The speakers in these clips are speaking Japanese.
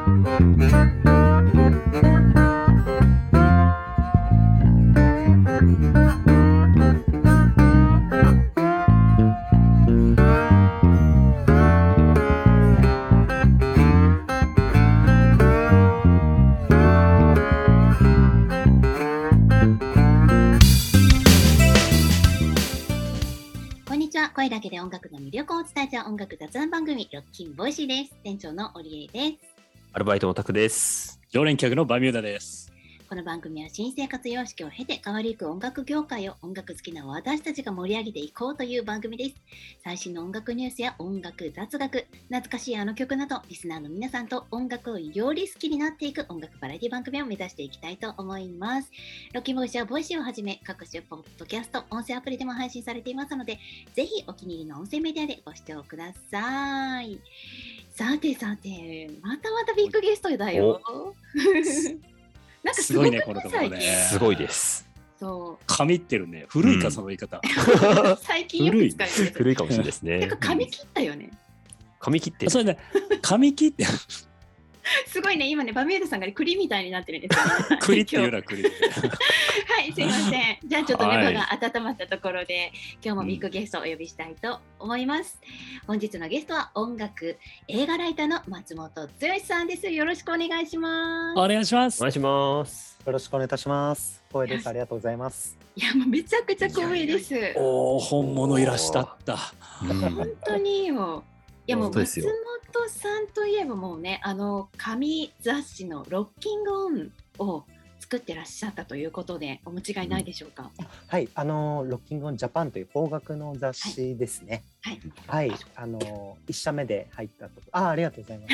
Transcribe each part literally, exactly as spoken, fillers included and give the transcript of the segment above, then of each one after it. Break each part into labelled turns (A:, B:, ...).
A: こんにちは。声だけで音楽の魅力を伝えちゃう音楽雑談番組、ロッキンボイシーです。店長のオリエです。
B: アルバイトのタクです。
C: 常連客のバミューダです。
A: この番組は新生活様式を経て変わりゆく音楽業界を音楽好きな私たちが盛り上げていこうという番組です。最新の音楽ニュースや音楽雑学、懐かしいあの曲など、リスナーの皆さんと音楽をより好きになっていく音楽バラエティ番組を目指していきたいと思います。ロッキンボイシーはボイシーをはじめ各種ポッドキャスト、音声アプリでも配信されていますので、ぜひお気に入りの音声メディアでご視聴ください。さてさて、またまたビッグゲストだよ。なんかすごいね、このところね。
B: すごいです。
A: そう。
C: 神ってるね。古いか、うん、その言い方。
A: 最近よく使います。
B: 古いかもしれないですね。
A: なんか髪切ったよね。
B: 髪切ってる。
C: それね、髪切って。
A: すごいね、今ね、バミューダさんが、ね、栗みたいになってるんですよ、ね。
C: 栗っていうな、栗って。
A: はい、すいません。じゃあちょっとね、場が温まったところで、今日もビッグゲストをお呼びしたいと思います。うん、本日のゲストは音楽映画ライターの松本剛さんです。よろしくお願いします。
C: お願いします。
B: お願いします。
D: よろしくお願いいたします。光栄です。ありがとうございます。
A: いや、もうめちゃくちゃ光栄です。
C: おお、本物いらしたった。
A: 本当によ。いやもう松本さんといえばもうね、あの紙雑誌のロッキングオンを作ってらっしゃったということでお間違いないでしょうか。
D: うん、はい、あのロッキングオンジャパンという邦楽の雑誌ですね。はい、はいはい、あの一社目で入ったと。あ、ありがとうございます。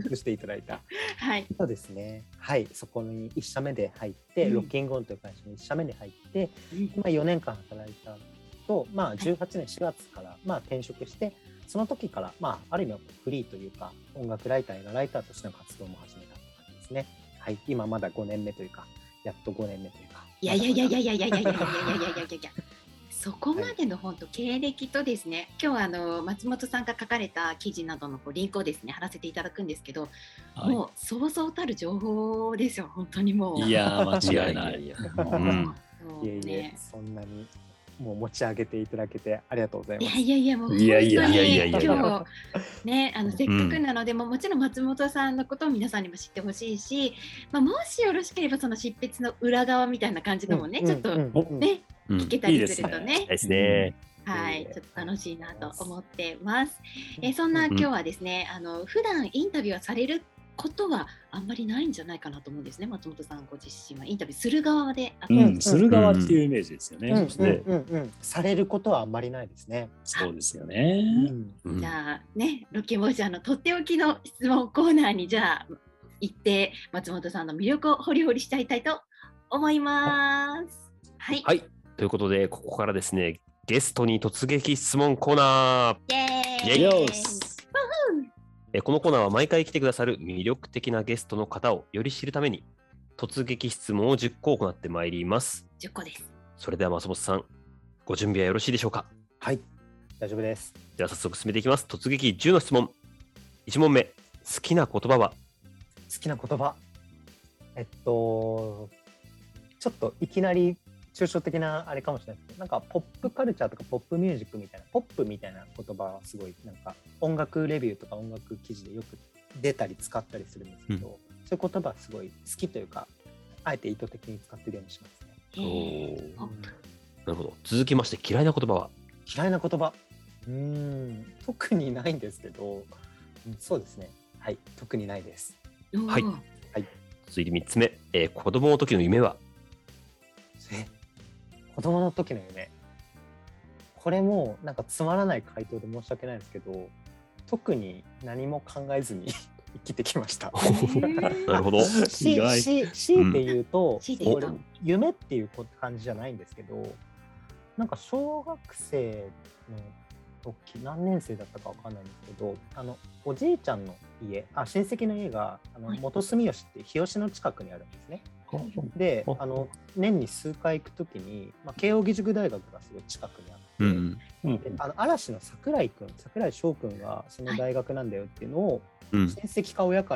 D: 許していただいた。
A: はい。
D: そうですね。はい、そこに一社目で入って、うん、ロッキングオンという会社に一社目で入って、うん、今よねんかん働いたと、まあじゅうはちねんしがつからまあ転職して。その時から、まあ、ある意味フリーというか音楽ライターやライターとしての活動も始めたという感じですね。はい、今まだごねんめというか、やっとごねんめというか。
A: いやいやいやいやいやいやいやいやいやいやいやいやいやそこまでの本当経歴とですね、今日はあの松本さんが書かれた記事などのこうリンクをですね貼らせていただくんですけど、はい、もうそうそうたる情報ですよ本当にもう。
C: いや間違いない。いや
D: うん、いえいえ、そんなに。もう持ち上げていただけてありがとうございます。
A: いやいやいやもう本当に今日ねあのせっかくなので、うん、ももちろん松本さんのことを皆さんにも知ってほしいし、まあ、もしよろしければその執筆の裏側みたいな感じのもね、うん、ちょっとね、うん、聞けたりするとね。
B: いいですね。
A: はい、ちょっと楽しいなと思ってます。えそんな今日はですね、あの普段インタビューはされることはあんまりないんじゃないかなと思うんですね。松本さんご自身はインタビューする側であったんです、
C: うん、する側っていうイメージですよね。
D: うんうんうん、されることはあんまりないですね。
C: そうですよね。
A: うん、じゃあね、ロッキンボイスのとっておきの質問コーナーにじゃあ行って松本さんの魅力を掘り掘りしたいたいと思います。はい。
B: はい。ということでここからですね、ゲストに突撃質問コーナー。
A: イエーイ。イエーイ。
B: このコーナーは毎回来てくださる魅力的なゲストの方をより知るために突撃質問をじゅっこ行ってまいります。
A: じゅっこです。
B: それでは松本さん、ご準備はよろしいでしょうか。
D: はい、大丈夫です。
B: では早速進めていきます。突撃じゅうの質問。いち問目、好きな言葉は？
D: 好きな言葉、えっとちょっといきなり抽象的なあれかもしれないですけど、なんかポップカルチャーとかポップミュージックみたいなポップみたいな言葉はすごいなんか音楽レビューとか音楽記事でよく出たり使ったりするんですけど、うん、そういう言葉はすごい好きというかあえて意図的に使ってるようにしますね。
B: おー、なるほど。続きまして嫌いな言葉は？
D: 嫌いな言葉、うーん特にないんですけど、うん、そうですね、はい、特にないです。
B: はい、はい、続いてみっつめ、えー、子供の時の夢は？
D: え子供の時の夢、これもなんかつまらない回答で申し訳ないんですけど、特に何も考えずに生きてきました。
B: なるほど。
D: しし強いて言うと、
A: うん、
D: 夢っていう感じじゃないんですけど、なんか小学生の時何年生だったかわかんないんですけど、あのおじいちゃんの家、あ親戚の家があの元住吉って日吉の近くにあるんですね。で、あの年に数回行くときに、まあ、慶應義塾大学がすごい近くにあって、うんうん、であの嵐の桜井くん、桜井翔くんがその大学なんだよっていうのを、うん、親戚か親からか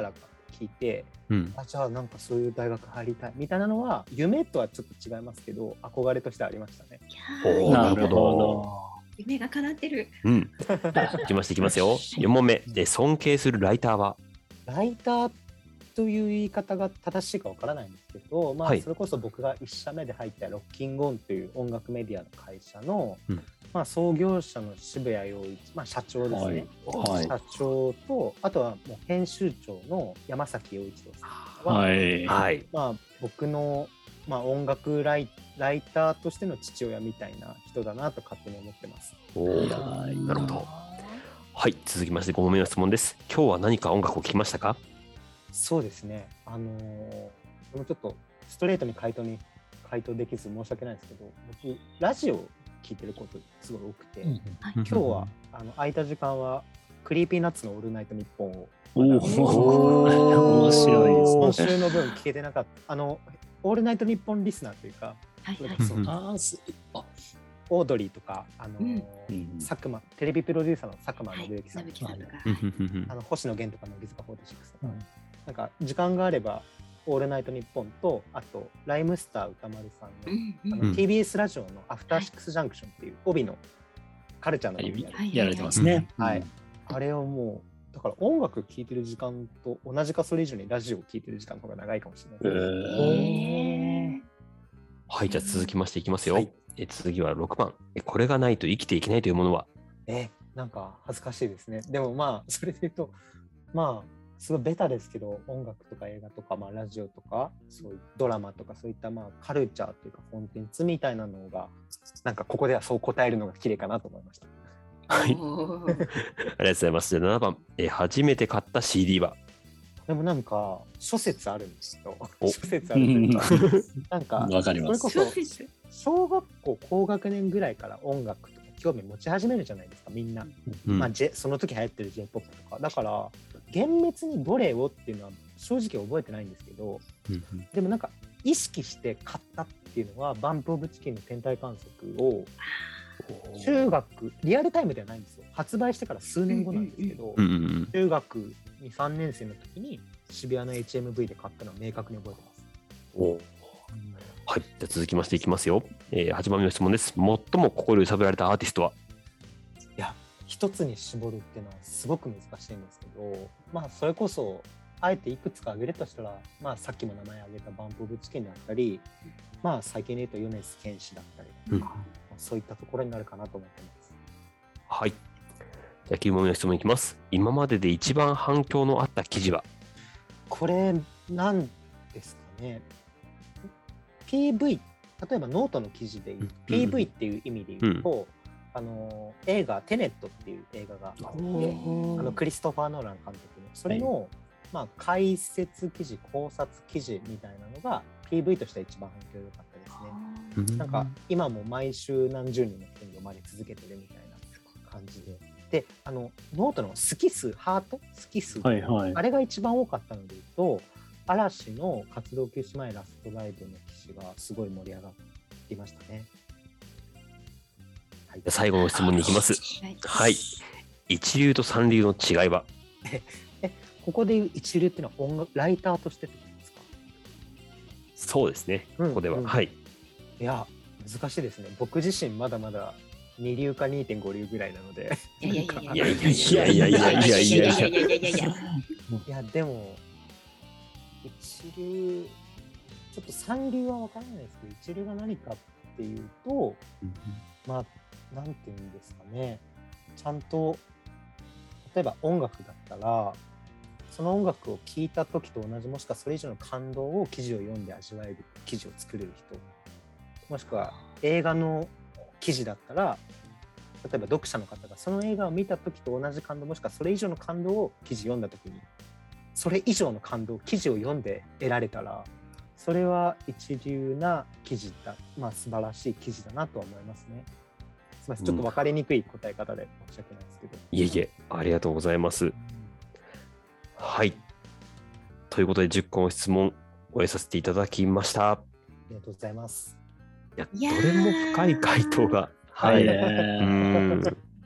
D: 聞いて、
B: うん。
D: あじゃあなんかそういう大学入りたいみたいなのは夢とはちょっと違いますけど憧れとしてありましたね。
A: いやー
B: おーなるほ
C: なるほ
B: ど。
C: ど。
A: 夢が叶ってる。
B: うん。いきますいきますよ。よん問目。え尊敬するライターは？
D: ライターという言い方が正しいかわからないんですけど、まあ、
B: はい
D: それこそ僕がいち社目で入ったロッキングオンという音楽メディアの会社の、
B: うん
D: まあ、創業者の渋谷陽一、まあ、社長ですね、
C: はい。
D: 社長とあとはもう編集長の山崎陽一郎さんは、
C: はい。
B: はい。
D: まあ、僕の、まあ、音楽ライライターとしての父親みたいな人だなと勝手に思ってます。
B: おー
C: はい
B: なるほど。はい。続きましてご問目の質問です。今日は何か音楽を聴きましたか？
D: そうですね、あのー、このちょっとストレートに回答に回答できず申し訳ないんですけど、僕ラジオを聞いてることすごい多くて、
C: うん
D: 今日はあの空いた時間はクリーピーナッツのオールナイトニッポンを
C: おお、
A: おー
C: 面白いですね。
D: 今週の分聞けてなかったあのオールナイトニッポンリスナーというか、
A: はいはい
D: それこそ
B: うん
C: あーすあ、
D: オードリーとかあのー
C: うん
D: 佐久間テレビプロデューサーの佐久間
A: はい
D: 信之さん
A: 信之さんとか。
B: うんうんうんうん
D: あの星野源とか乃木坂フォーティシックスとか、
C: うん
D: なんか時間があればオールナイトニッポンとあとライムスター歌丸さんの,、
A: うんうん
D: あの
B: うん
D: ティービーエス ラジオのアフターシックスジャンクションっていう帯のカルチャーの番組ある、
A: はい
C: やられてますね。
D: はいあれをもうだから音楽聴いてる時間と同じかそれ以上にラジオを聴いてる時間の方が長いかもしれないです。
A: へー
B: はい。じゃあ続きましていきますよ。
D: はい
B: え次はろくばん。えこれがないと生きていけないというものは？
D: えなんか恥ずかしいですね。でもまあそれで言うとまあすごいベタですけど音楽とか映画とか、まあ、ラジオとかそういうドラマとかそういったまあカルチャーというかコンテンツみたいなのがなんかここではそう答えるのが綺麗かなと思いました。
B: はい。
A: おー
B: ありがとうございます。じゃあななばん。え初めて買った シーディー は？
D: でもなんか諸説あるんですけど
B: お
D: 諸説あるというかなんか
C: わかります。
D: それこそ小学校高学年ぐらいから音楽とか興味持ち始めるじゃないですかみんな、
B: うん
D: まあ、J その時流行ってる J-ポップ とかだから厳密にどれをっていうのは正直覚えてないんですけど
B: うんうん
D: でもなんか意識して買ったっていうのはバンプオブチキンの天体観測を中学リアルタイムではないんですよ発売してから数年後なんですけど、
B: うんうんうん
D: 中学にさんねん生の時に渋谷の エイチエムブイ で買ったのは明確に覚えてます。
B: おはい。じゃあ続きましていきますよ。えー、はちばんめの質問です。最も心揺さぶられたアーティストは？
D: いや一つに絞るっていうのはすごく難しいんですけどまあそれこそあえていくつか挙げるとしたら、まあ、さっきも名前挙げたバンプオブチキンだったり、まあ最近で言うと米津玄師だったりとか、
B: うん
D: まあそういったところになるかなと思ってます。
B: はい。じゃあきゅう問目の質問いきます。今までで一番反響のあった記事は？
D: これなんですかね ピーブイ 例えばノートの記事で言う、
B: うん
D: ピーブイ っていう意味で言うと、あの映画テネットっていう映画があってあのクリストファー・ノーラン監督のそれの、まあ、解説記事考察記事みたいなのが ピーブイ としては一番反響良かったですね。なんか今も毎週何十人の人に読まれ続けてるみたいな感じで。で、あのノートの好き数、ハート好き数、
C: はいはい。
D: あれが一番多かったので言うと、嵐の活動休止前ラストライブの記事がすごい盛り上がっていましたね。はい
B: じゃあ最後の質問に行きます。
A: はい
B: はい。一流と三流の違いは？
D: ここでいう一流っていうのは音楽ライターとしてってことですか？
B: そうですね。
D: うん
B: ここでは。
D: うん
B: はい。
D: いや、難しいですね。僕自身まだまだに流かにてんご流ぐらいなので。
A: いやいやいや
B: いやいやいやいやいやいやいやいやいや。
A: いやいやいや
D: いや、でも、一流、ちょっと三流は分からないですけど、一流が何かっていうと、まあ、なんていうんですかね、ちゃんと、例えば音楽だったら、その音楽を聴いた時と同じ、もしくはそれ以上の感動を記事を読んで味わえる記事を作れる人、もしくは映画の記事だったら、例えば読者の方がその映画を見た時と同じ感動、もしくはそれ以上の感動を記事読んだ時に、それ以上の感動を記事を読んで得られたら、それは一流な記事だ、まあ素晴らしい記事だなとは思いますね。すみません、ちょっと分かりにくい答え方で申し訳ないですけど。
B: いえいえ、ありがとうございます。はい。ということで、じゅっこの質問終えさせていただきました。
D: ありがとうございます。
B: いや、
A: いやー
B: どれも深い回答が。
C: はい。
B: うーん。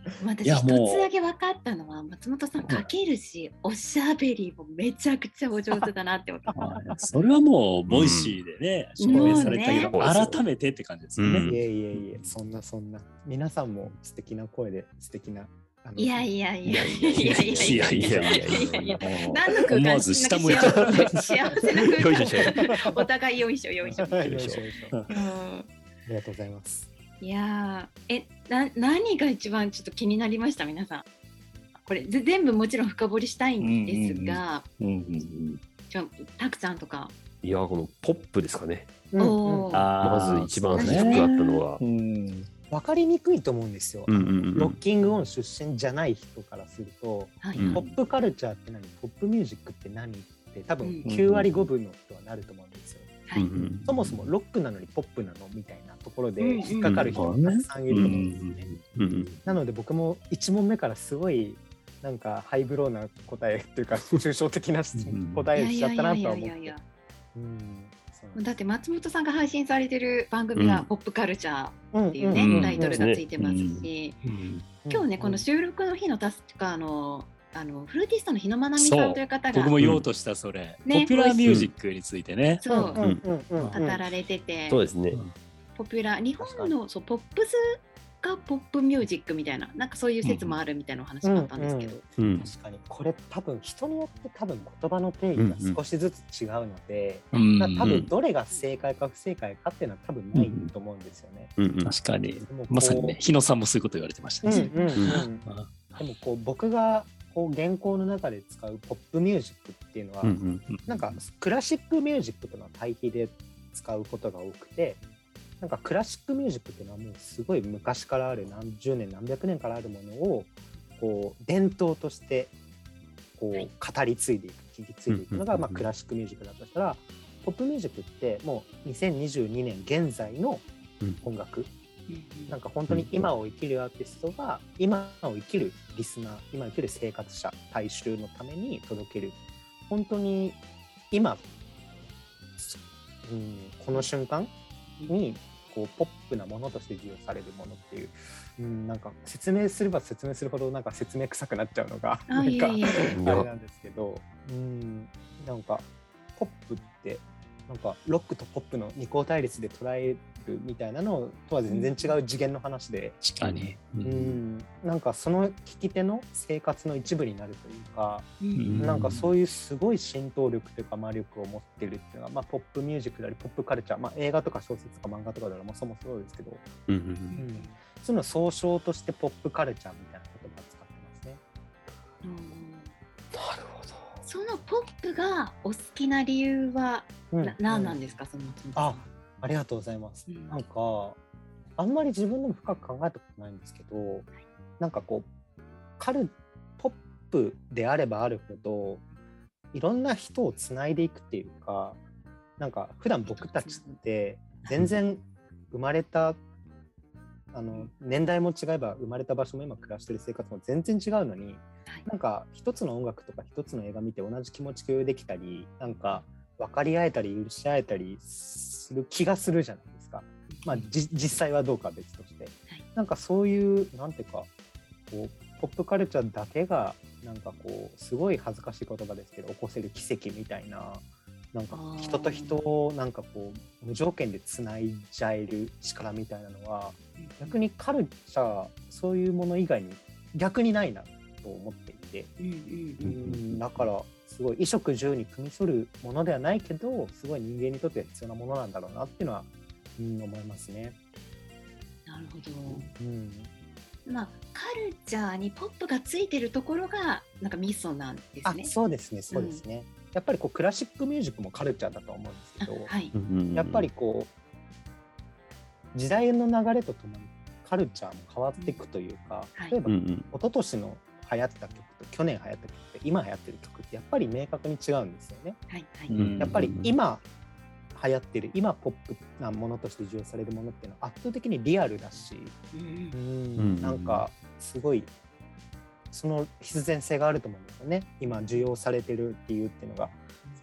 A: 私
C: いやもう
A: 一つだけ分かったのは松本さん書けるし、おしゃべりもめちゃくちゃお上手だなって思った。
C: はいそれはもうボイシーでね、証明されたけど、
B: もうね
C: 改めてって感じですよね。
B: うん
D: いえいえいえ、そんなそんな。皆さんも素敵な声で素敵な。あの
A: いやいやいやいやいやいや
B: いやいやいやいや
A: いや
C: もう
A: 何の空間
C: 思わず下向いて
A: なんか幸せ幸せな空
B: よいしょしょ
A: 間お互いよいしょよいしょ。
D: よいしょよいしょあ
A: うん
D: りがとうございます。
A: いやーえな何が一番ちょっと気になりました皆さん。これぜ全部もちろん深掘りしたいんですが、
C: うんうんうん
A: ちょたくさんとか。
B: いや、このポップですかね。
D: うん
A: おー
D: うん
B: まず一番低く
A: そうですね
B: あったのが。
C: うん
D: わかりにくいと思うんですよ。
B: うんうんうん
D: ロッキングオン出身じゃない人からすると、
A: はい、
B: うん
D: ポップカルチャーって何、ポップミュージックって何って多分
A: うん
D: きゅう割ごぶんの人はなると思うんですよ。
A: はい
B: うんうん
D: そもそもロックなのにポップなのみたいなところで
A: うん
D: 引っかかる人がたくさんいると思うんですよね。
B: うんうん
D: なので僕もいち問目からすごいなんかハイブローな答えというか抽象的な答えしちゃったなとは思って。うんそう
A: だって松本さんが配信されてる番組が
B: うん
A: ポップカルチャ
D: うん
A: ーっていうね、
B: うん
A: タイトルがついてますし、
B: うん
A: 今日ねこの収録の日の確かあのあのフルーティストの日野真奈美さんという方が
C: 僕も言おうとしたそれ、
A: ね
C: ポピュラーミュージックについてね。
A: そう
D: うんうんうんうん
A: 語られてて、
B: そうですね。
A: ポピュラー日本のそうポップスがポップミュージックみたいななんかそういう説もあるみたいなお話があったんですけど、
B: うん
D: 確かにこれ多分人によって多分言葉の定義が少しずつ違うので、
C: うん
D: まあ多分どれが正解か不正解かっていうのは多分ないと思うんですよね。
B: うんうん
C: 確かに
D: でもこう
C: まさにね日野さんもそういうこと言われてましたね。
D: うんうんうん
C: うん
D: でもこう僕がこう原稿の中で使うポップミュージックっていうのは、
B: うんうん
D: なんかクラシックミュージックとの対比で使うことが多くて、なんかクラシックミュージックっていうのはもうすごい昔からある何十年何百年からあるものをこう伝統としてこう語り継いでいく引き継いでいくのが
B: うんうんうんうん
D: まあクラシックミュージックだとしたら、ポップミュージックってもうにせんにじゅうにねん現在の音楽、なんか本当に今を生きるアーティストが今を生きるリスナー、今を生きる生活者大衆のために届ける、本当に今、うん、この瞬間にこうポップなものとして利用されるものっていう、うん、なんか説明すれば説明するほどなんか説明臭くなっちゃうのが
A: あ
D: なんか
A: いえいえ
D: あれなんですけど、うんなんかポップってなんかロックとポップの二項対立で捉えるみたいなのとは全然違う次元の話で、
C: 確かに。う
D: うんん、なんかその聞き手の生活の一部になるというか、
A: うん
D: なんかそういうすごい浸透力というか魔力を持ってるっていうのは、まあ、ポップミュージックでありポップカルチャー、まあ、映画とか小説とか漫画とかでもそもそうですけど、
B: うんうん
D: うん、そういうのを総称としてポップカルチャーみたいな言葉を使ってますね。
A: うん
B: なるほど。
A: そのポップがお好きな理由は
D: うん
A: な何なんですか、その松本さん
D: あありがとうございます。
A: うん
D: なんかあんまり自分でも深く考えたことないんですけど、なんかこうカルポップであればあるほどいろんな人をつないでいくっていうか、なんか普段僕たちって全然生まれたあの年代も違えば生まれた場所も今暮らしてる生活も全然違うのに、
A: はい
D: なんか一つの音楽とか一つの映画見て同じ気持ち共有できたり、なんか分かり合えたり許し合えたりする気がするじゃないですか。まあ、じ実際はどうかは別として、なんかそういうなんていうかこうポップカルチャーだけがなんかこうすごい恥ずかしい言葉ですけど起こせる奇跡みたいな、なんか人と人をなんかこう無条件でつないじゃえる力みたいなのは逆にカルチャーそういうもの以外に逆にないなと思っていて、
A: うんうん
D: うんだからすごい衣食住に組み添るものではないけどすごい人間にとって必要なものなんだろうなっていうのは、うん、思いますね。
A: なるほど。
D: うん
A: まあカルチャーにポップがついてるところがなんかミソなんです
D: あ
A: ね。
D: そうですねそうですね、やっぱりこうクラシックミュージックもカルチャーだと思うんですけど、
A: あはい。
D: やっぱりこう時代の流れとともにカルチャーも変わっていくというか、
A: はい
D: 例えば、
B: うんうん
D: 一昨年の流行った曲と去年流行った曲って今流行ってる曲ってやっぱり明確に違うんですよね。
A: はいはい。
C: うん
D: やっぱり今流行ってる今ポップなものとして受容されるものっていうのは圧倒的にリアルだし、
A: うん
D: うんなんかすごいその必然性があると思うんですよね。今受容されてるっていうっていうのが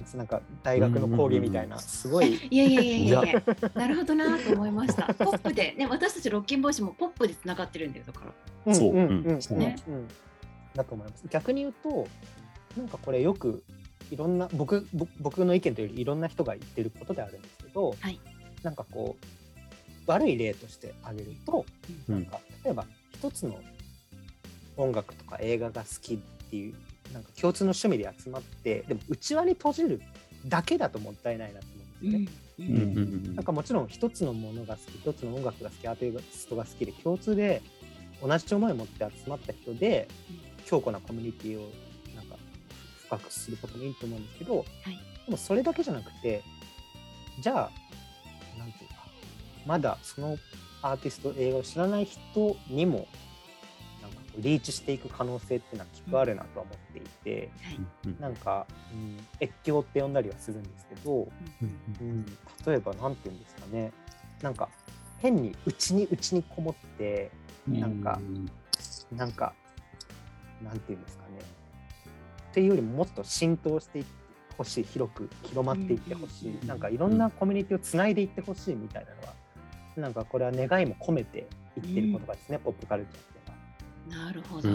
D: なんか大学の講義みたいな、すごい。
A: いやいやいやいやいや、なるほどなと思いました。ポップで、ね、私たちロッキン帽子もポップでつながってるんだよ、だから。
C: そう。
D: うんうんうん
C: そう
D: ねうん、だと思います。逆に言うと、なんかこれよくいろんな僕僕の意見というよりいろんな人が言ってることであるんですけど、
A: はい、なん
D: かこう悪い例として挙げると、うん、なんか例えば一つの音楽とか映画が好きっていうなんか共通の趣味で集まってでも内輪に閉じるだけだともったいないなと思うんですよね。うんうん、なんかもちろん一つのものが好き、一つの音楽が好き、アーティストが好きで共通で同じ思いを持って集まった人で強固なコミュニティをなんか深くすることもいいと思うんですけど、はい、でもそれだけじゃなくて、じゃあなんていうかまだそのアーティスト映画を知らない人にもなんかリーチしていく可能性っていうのはきっとあるなとは思っていて、うん、なんか、うん、越境って呼んだりはするんですけど、うんうん、例えばなんていうんですかね、なんか変に内に内にこもってなんか、うん、なんかなんていうんですかねっていうよりももっと浸透していってほしい、広く広まっていってほしい、なんかいろんなコミュニティをつないでいってほしいみたいなのは、なんかこれは願いも込めて言ってる言葉ですね、うん、ポップカルチャーっていうのは。
A: なるほど、うん、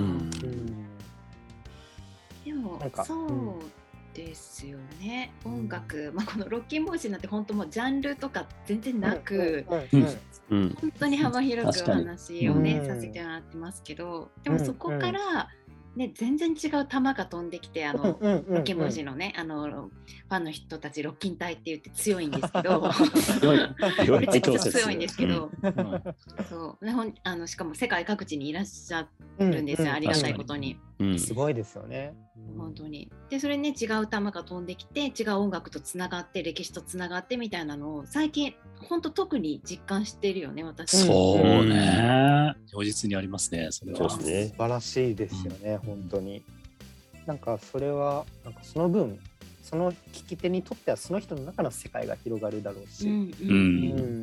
A: でもそうですよね、うん、音楽、まあ、このロッキン帽子なんて本当もうジャンルとか全然なく、うんうんうん、本当に幅広くお話をね、させてもらってますけど、でもそこから、ね、全然違う球が飛んできて、あの、うんうんうんうん、ロッキン帽子のね、あのファンの人たちロッキン隊って言って強いんですけどめちゃくちゃ強いんですけど、うん、そうね、ほんあのしかも世界各地にいらっしゃるんですよ、うんうん、ありがたいことに、
D: うん、すごいですよね、
A: 本当に。でそれね、違う球が飛んできて違う音楽とつながって歴史とつながってみたいなのを最近本当特に実感しているよね、私。
C: そうね、如実にありますね、それは。
D: そうですね、素晴らしいですよね、うん、本当に。なんかそれはなんかその分その聞き手にとってはその人の中の世界が広がるだろうし、うんうんうん、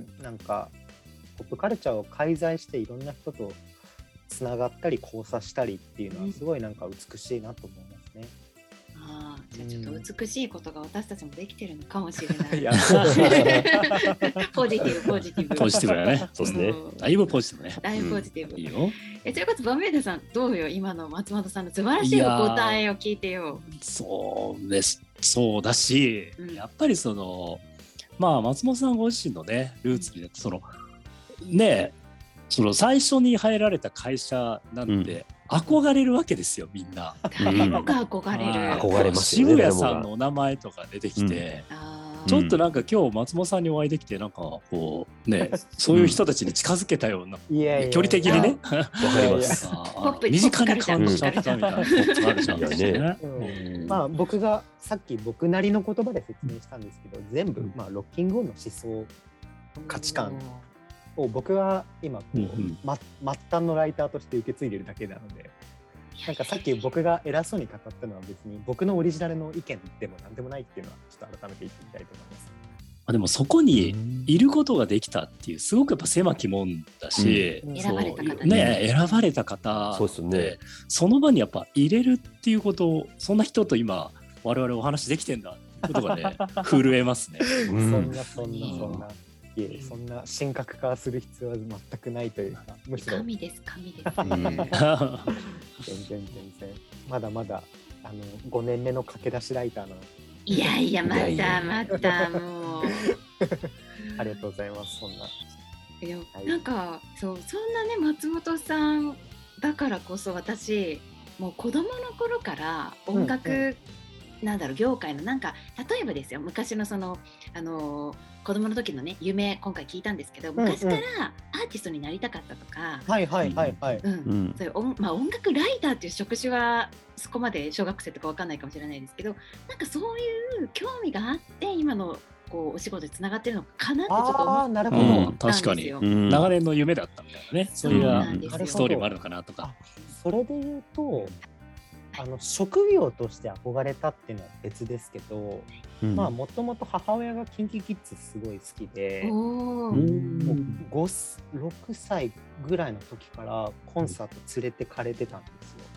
D: なんかポップカルチャーを介在していろんな人とつながったり交差したりっていうのはすごいなんか美しいなと思いますね。
A: ああ、じゃあちょっと美しいことが私たちもできてるのかもしれない。いやポジティブポジティブ
C: ポジティブだね。そうですね。だいぶポジティブね。
A: だいぶポジティブ。
C: うん、いいよ。
A: え、ということでバメーデさんどうよ、今の松本さんの素晴らしいお答えを聞いてよ。
C: そうです。そうだし、うん、やっぱりそのまあ松本さんご自身のねルーツになってそのねその最初に入られた会社なんて、うん、憧れるわけですよ、みんな。
A: 誰もが憧れる。
B: 憧れますよね。
C: 渋谷さんのお名前とか出てきて、うん、ちょっとなんか今日松本さんにお会いできてなんかこうね、うん、そういう人たちに近づけたような、うん、距離的にね、わかります。身近に感じちゃったみたいなことあるじゃんね。
D: まあ僕がさっき僕なりの言葉で説明したんですけど、全部まあロッキングオンの思想、価値観を僕は今こう、うんうん、ま、末端のライターとして受け継いでるだけなので、なんかさっき僕が偉そうに語ったのは別に僕のオリジナルの意見でも何でもないっていうのはちょっと改めて言ってみたいと思います。
C: でもそこにいることができたっていうすごくやっぱ狭きもんだし、
A: うん、選ばれた方
C: ね、選ばれた方
B: そうですね、
C: その場にやっぱ入れるっていうことを、そんな人と今我々お話できてんだってことがね震えますね。
D: うん、そんなそんなそんな、いえ、そんな神格化する必要は全くないというか、むしろ
A: 神です神です、うん、
D: 全然全然まだまだあのごねんめの駆け出しライターの、
A: いやいやまたまたもう
D: ありがとうございます。そんな、
A: でも、はい、なんかそうそんなね松本さんだからこそ私もう子供の頃から音楽、うんうんなんだろう業界のなんか例えばですよ、昔のそのあの子供の時のね夢今回聞いたんですけど、昔からアーティストになりたかったとか、
D: はいはいはいはい、
A: うん、そういう音、まあ、音楽ライターっていう職種はそこまで小学生とかわかんないかもしれないですけど、なんかそういう興味があって今のこうお仕事につながってるのかなってちょっと思ったんですよ。
C: うん、確かに、うん、長年の夢だったみたいなね、そういうストーリーもあるのかなとか。
D: それで言うとあの職業として憧れたっていうのは別ですけど、うん、まあもともと母親がキンキキッズすごい好きで、もうご、ろくさいぐらいの時からコンサート連れてかれてたんですよ。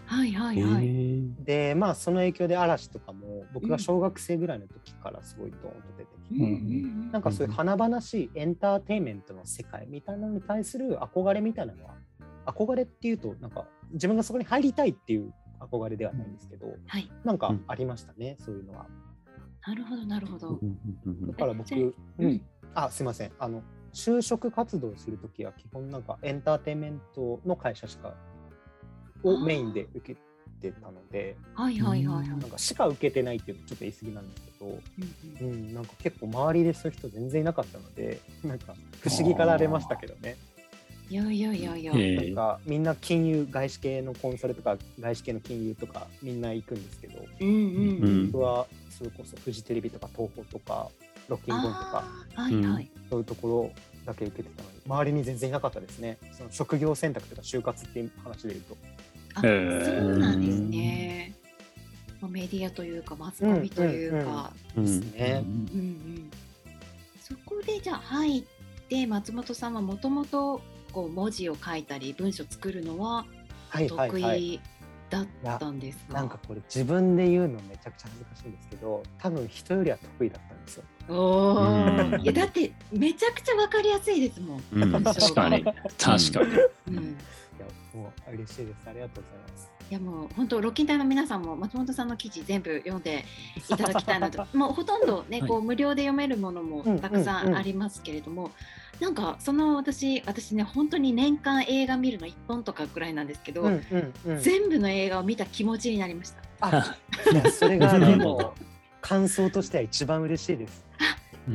A: はいはいはい。
D: でまあその影響で嵐とかも僕が小学生ぐらいの時からすごいドーンと出てきて、うん、なんかそういう華々しいエンターテインメントの世界みたいなのに対する憧れみたいなのは、憧れっていうとなんか自分がそこに入りたいっていう憧れではないんですけど、はい、なんかありましたね、うん、そういうのは。
A: なるほどなるほど。
D: だから僕、うん、あすいませんあの就職活動するときは基本なんかエンターテインメントの会社しかをメインで受けてたので、
A: はいはいはいはい、
D: なんかしか受けてないっていうとちょっと言い過ぎなんですけど、うんうん、なんか結構周りでそういう人全然いなかったので、なんか不思議がられましたけどね。
A: いやいやいやいや、
D: なんかみんな金融外資系のコンサルとか外資系の金融とかみんな行くんですけど、うんうんうん、僕はそれこそフジテレビとか東宝とかロッキンゴンとか、はいはい、そういうところだけ受けてたのに周りに全然いなかったですね。その職業選択とか就活っていう話でいうと。
A: あ、そうなんですね。メディアというかマスコミというか
D: ですね。
A: そこでじゃあ入って松本さんはもともとこう文字を書いたり文章作るのは得意だったんですか？
D: なんかこれ自分で言うのめちゃくちゃ恥ずかしいんですけど、多分人よりは得意だったんですよ。
A: おいやだってめちゃくちゃ分かりやすいですもん。
C: うん、確かに確かに。うん、い
D: やもう嬉しいです。ありがとうございます。
A: いやもう本当ロッキン隊の皆さんも松本さんの記事全部読んでいただきたいなともうほとんどね、はい、こう無料で読めるものもたくさんありますけれども、うんうんうん、なんかその私私ね本当に年間映画見るのいっぽんとかぐらいなんですけど、うんうんうん、全部の映画を見た気持ちになりました。
D: あいやそれがでも感想としては一番嬉しいです。うん、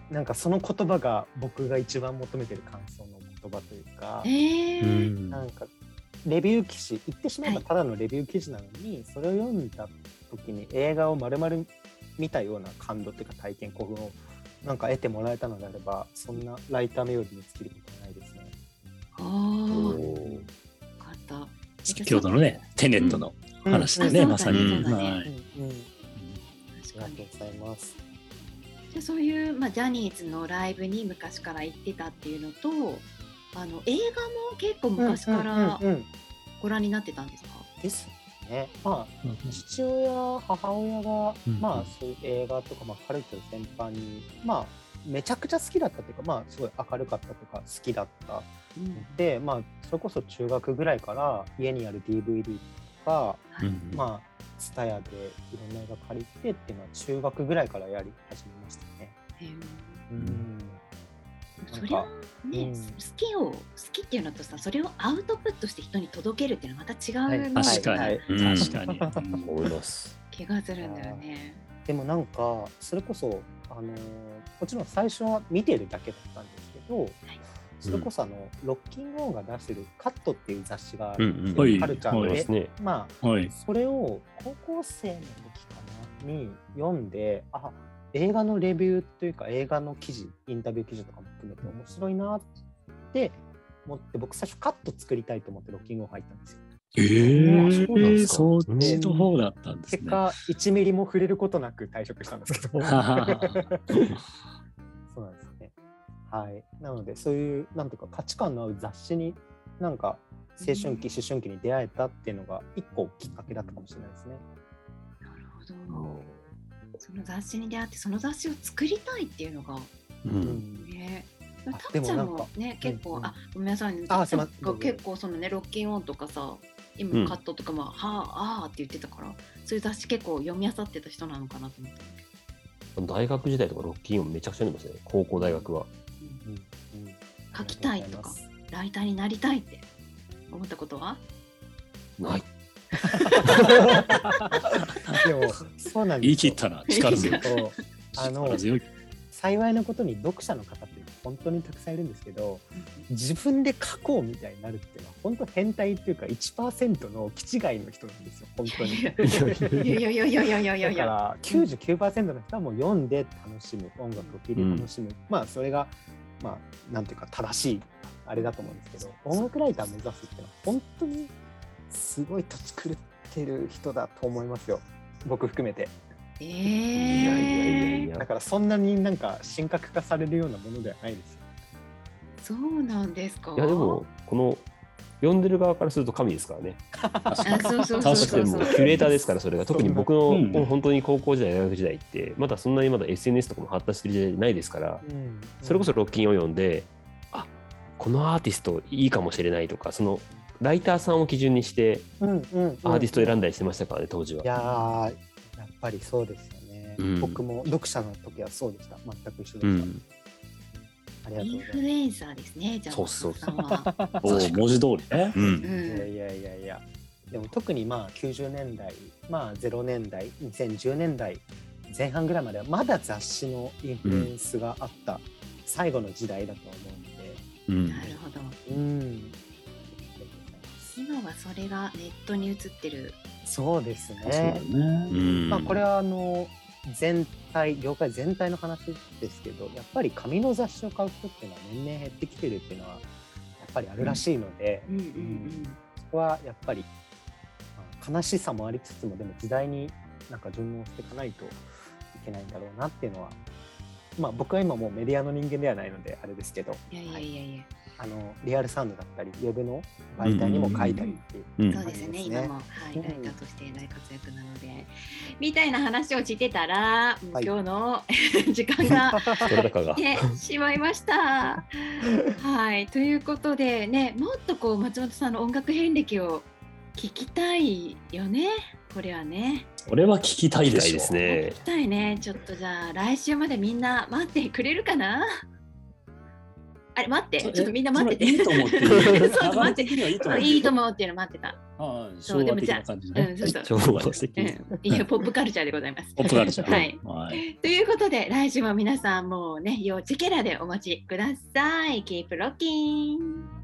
D: なんかその言葉が僕が一番求めてる感想の言葉というか、えー、なんかレビュー記事言ってしまえばただのレビュー記事なのに、はい、それを読んだ時に映画を丸々見たような感動というか体験興奮をなんか得てもらえたのであればそんなライター冥利に尽きることはないですね。
A: ああ、よかった。
C: 先ほどのねテネットの話でね、うん、まさに、うんうん、はい、うん、ありがと
D: うございます。
A: じゃそういう、まあ、ジャニーズのライブに昔から行ってたっていうのと、あの映画も結構昔からご覧になってたんですか？
D: ですね。まあ、父親母親が、うん、まあそういう映画とか、まあ、カルチャー全般にまあめちゃくちゃ好きだったというか、まあすごい明るかったとか好きだったので、うん、まあそれこそ中学ぐらいから家にある ディーブイディー とか、うん、まあツタヤでいろんな映画借りてっていうのは中学ぐらいからやり始めましたね。へうん、
A: それをね、うん、好きを好きっていうのとさ、それをアウトプットして人に届けるっていうのはまた違う、はい、
C: 確かに、はい、確かに
B: 思います
A: 気がするんだよね。
D: でもなんかそれこそあのー、もちろん最初は見てるだけだったんですけど、はい、それこそあの、うん、ロッキングオンが出してるカットっていう雑誌があるんですよ、うんうん、カルチャーで、はい、まあ、はい、それを高校生の時かなに読んで、あ映画のレビューというか映画の記事インタビュー記事とかも含めて面白いなって思って僕最初カット作りたいと思ってロッキングオン入ったんですよ。
C: えー、そうなんですか。そっちの方だったんですね。
D: 結果いちミリも触れることなく退職したんですけどそうなんですね。はい、なのでそういうなんとか価値観の合う雑誌になんか青春期思春期に出会えたっていうのが一個きっかけだったかもしれないですね。
A: なるほど。その雑誌に出会ってその雑誌を作りたいっていうのが、うんね、たっちゃんもね結構、うん、あごめんなさいね、あ結構そのねロッキンオンとかさ今カットとか、うん、まあはああって言ってたからそういう雑誌結構読み漁ってた人なのかなと思った。
B: 大学時代とかロッキンオンめちゃくちゃ読みますね。高校大学は、うん
A: うんうん、書きたいとかライターになりたいって思ったことは
B: ない
D: でもそうなんですよ。
C: 言い切ったな、力強い。
D: あの幸いなことに読者の方って本当にたくさんいるんですけど、自分で書こうみたいになるっていうのは本当変態っていうか いちパーセント の気違いの人なんですよ本当に。い
A: やいやいやいやいやいやいや。
D: だからきゅうじゅうきゅうパーセント の人はもう読んで楽しむ、音楽を聴いて楽しむ、うん、まあそれがまあなんていうか正しいあれだと思うんですけど、音楽ライター目指すっていうのは本当にすごいと作ってる人だと思いますよ、僕含めて。
A: えー、いやいや
D: いやいや、だからそんなになんか神格化されるようなものではないですよ。
A: そうなんですか。
B: いやでもこの読んでる側からすると神ですからね。
A: あ、そうそうそうそうそう。
B: キュレーターですから、それが特に僕の、
C: うん、
B: 本当に高校時代大学時代ってまだそんなにまだ エスエヌエス とかも発達してる時代ないですから、うん、それこそロッキンを読んで、あ、このアーティストいいかもしれないとか、そのライターさんを基準にしてアーティストを選んだりしてましたからね、当時は。
D: いやー、やっぱりそうですよね、うん、僕も読者の時はそうでした。全く一緒でした、うん、
A: ありがとうございます。インフルエンサーですね、じゃあ。
B: そうそうそう。
C: 文字通りね、
D: うん、いやいやいやいや、でも特にまあきゅうじゅうねんだい、まあゼロねんだい、にせんじゅうねんだいぜん半ぐらいまではまだ雑誌のインフルエンスがあった最後の時代だと思うので、
A: うん、なるほど、
D: うん、
A: 今はそれがネットに移ってる。
D: そうですね。
C: そうだね、
D: うん、まあこれはあの全体業界全体の話ですけど、やっぱり紙の雑誌を買う人っていうのは年々減ってきてるっていうのはやっぱりあるらしいので、うんうんうんうん、そこはやっぱり、まあ、悲しさもありつつも、でも時代になんか順応していかないといけないんだろうなっていうのは、まあ僕は今もうメディアの人間ではないのであれですけど、
A: いやいやいやいや、
D: あのリアルサウンドだったりウェブの媒体にも書いたりっていう、うんうんうん、
A: そうですね、今も、はい、ライターとして大活躍なので、うん、みたいな話をしてたら、はい、今日の時間が来てしまいましたはい、ということでね、もっとこう松本さんの音楽遍歴を聞きたいよね、これはね。
C: これは聞きたいでしょ
B: ですね。
A: 聞きたいね。ちょっとじゃあ来週までみんな待ってくれるかな。あれ待って、ちょっとみんな待ってて。
C: いいと思って
A: る。そう待っていいと思っていいと思うっていうの待ってた。
C: ああ、昭和的な感じね。
A: うん、そうそう。
C: 昭和的。
A: いや、ポップカルチャーでございます。
C: ポップカルチャー。
A: はい。はい、ということで来週も皆さんもうね、要チェケラでお待ちください。Keep rocking。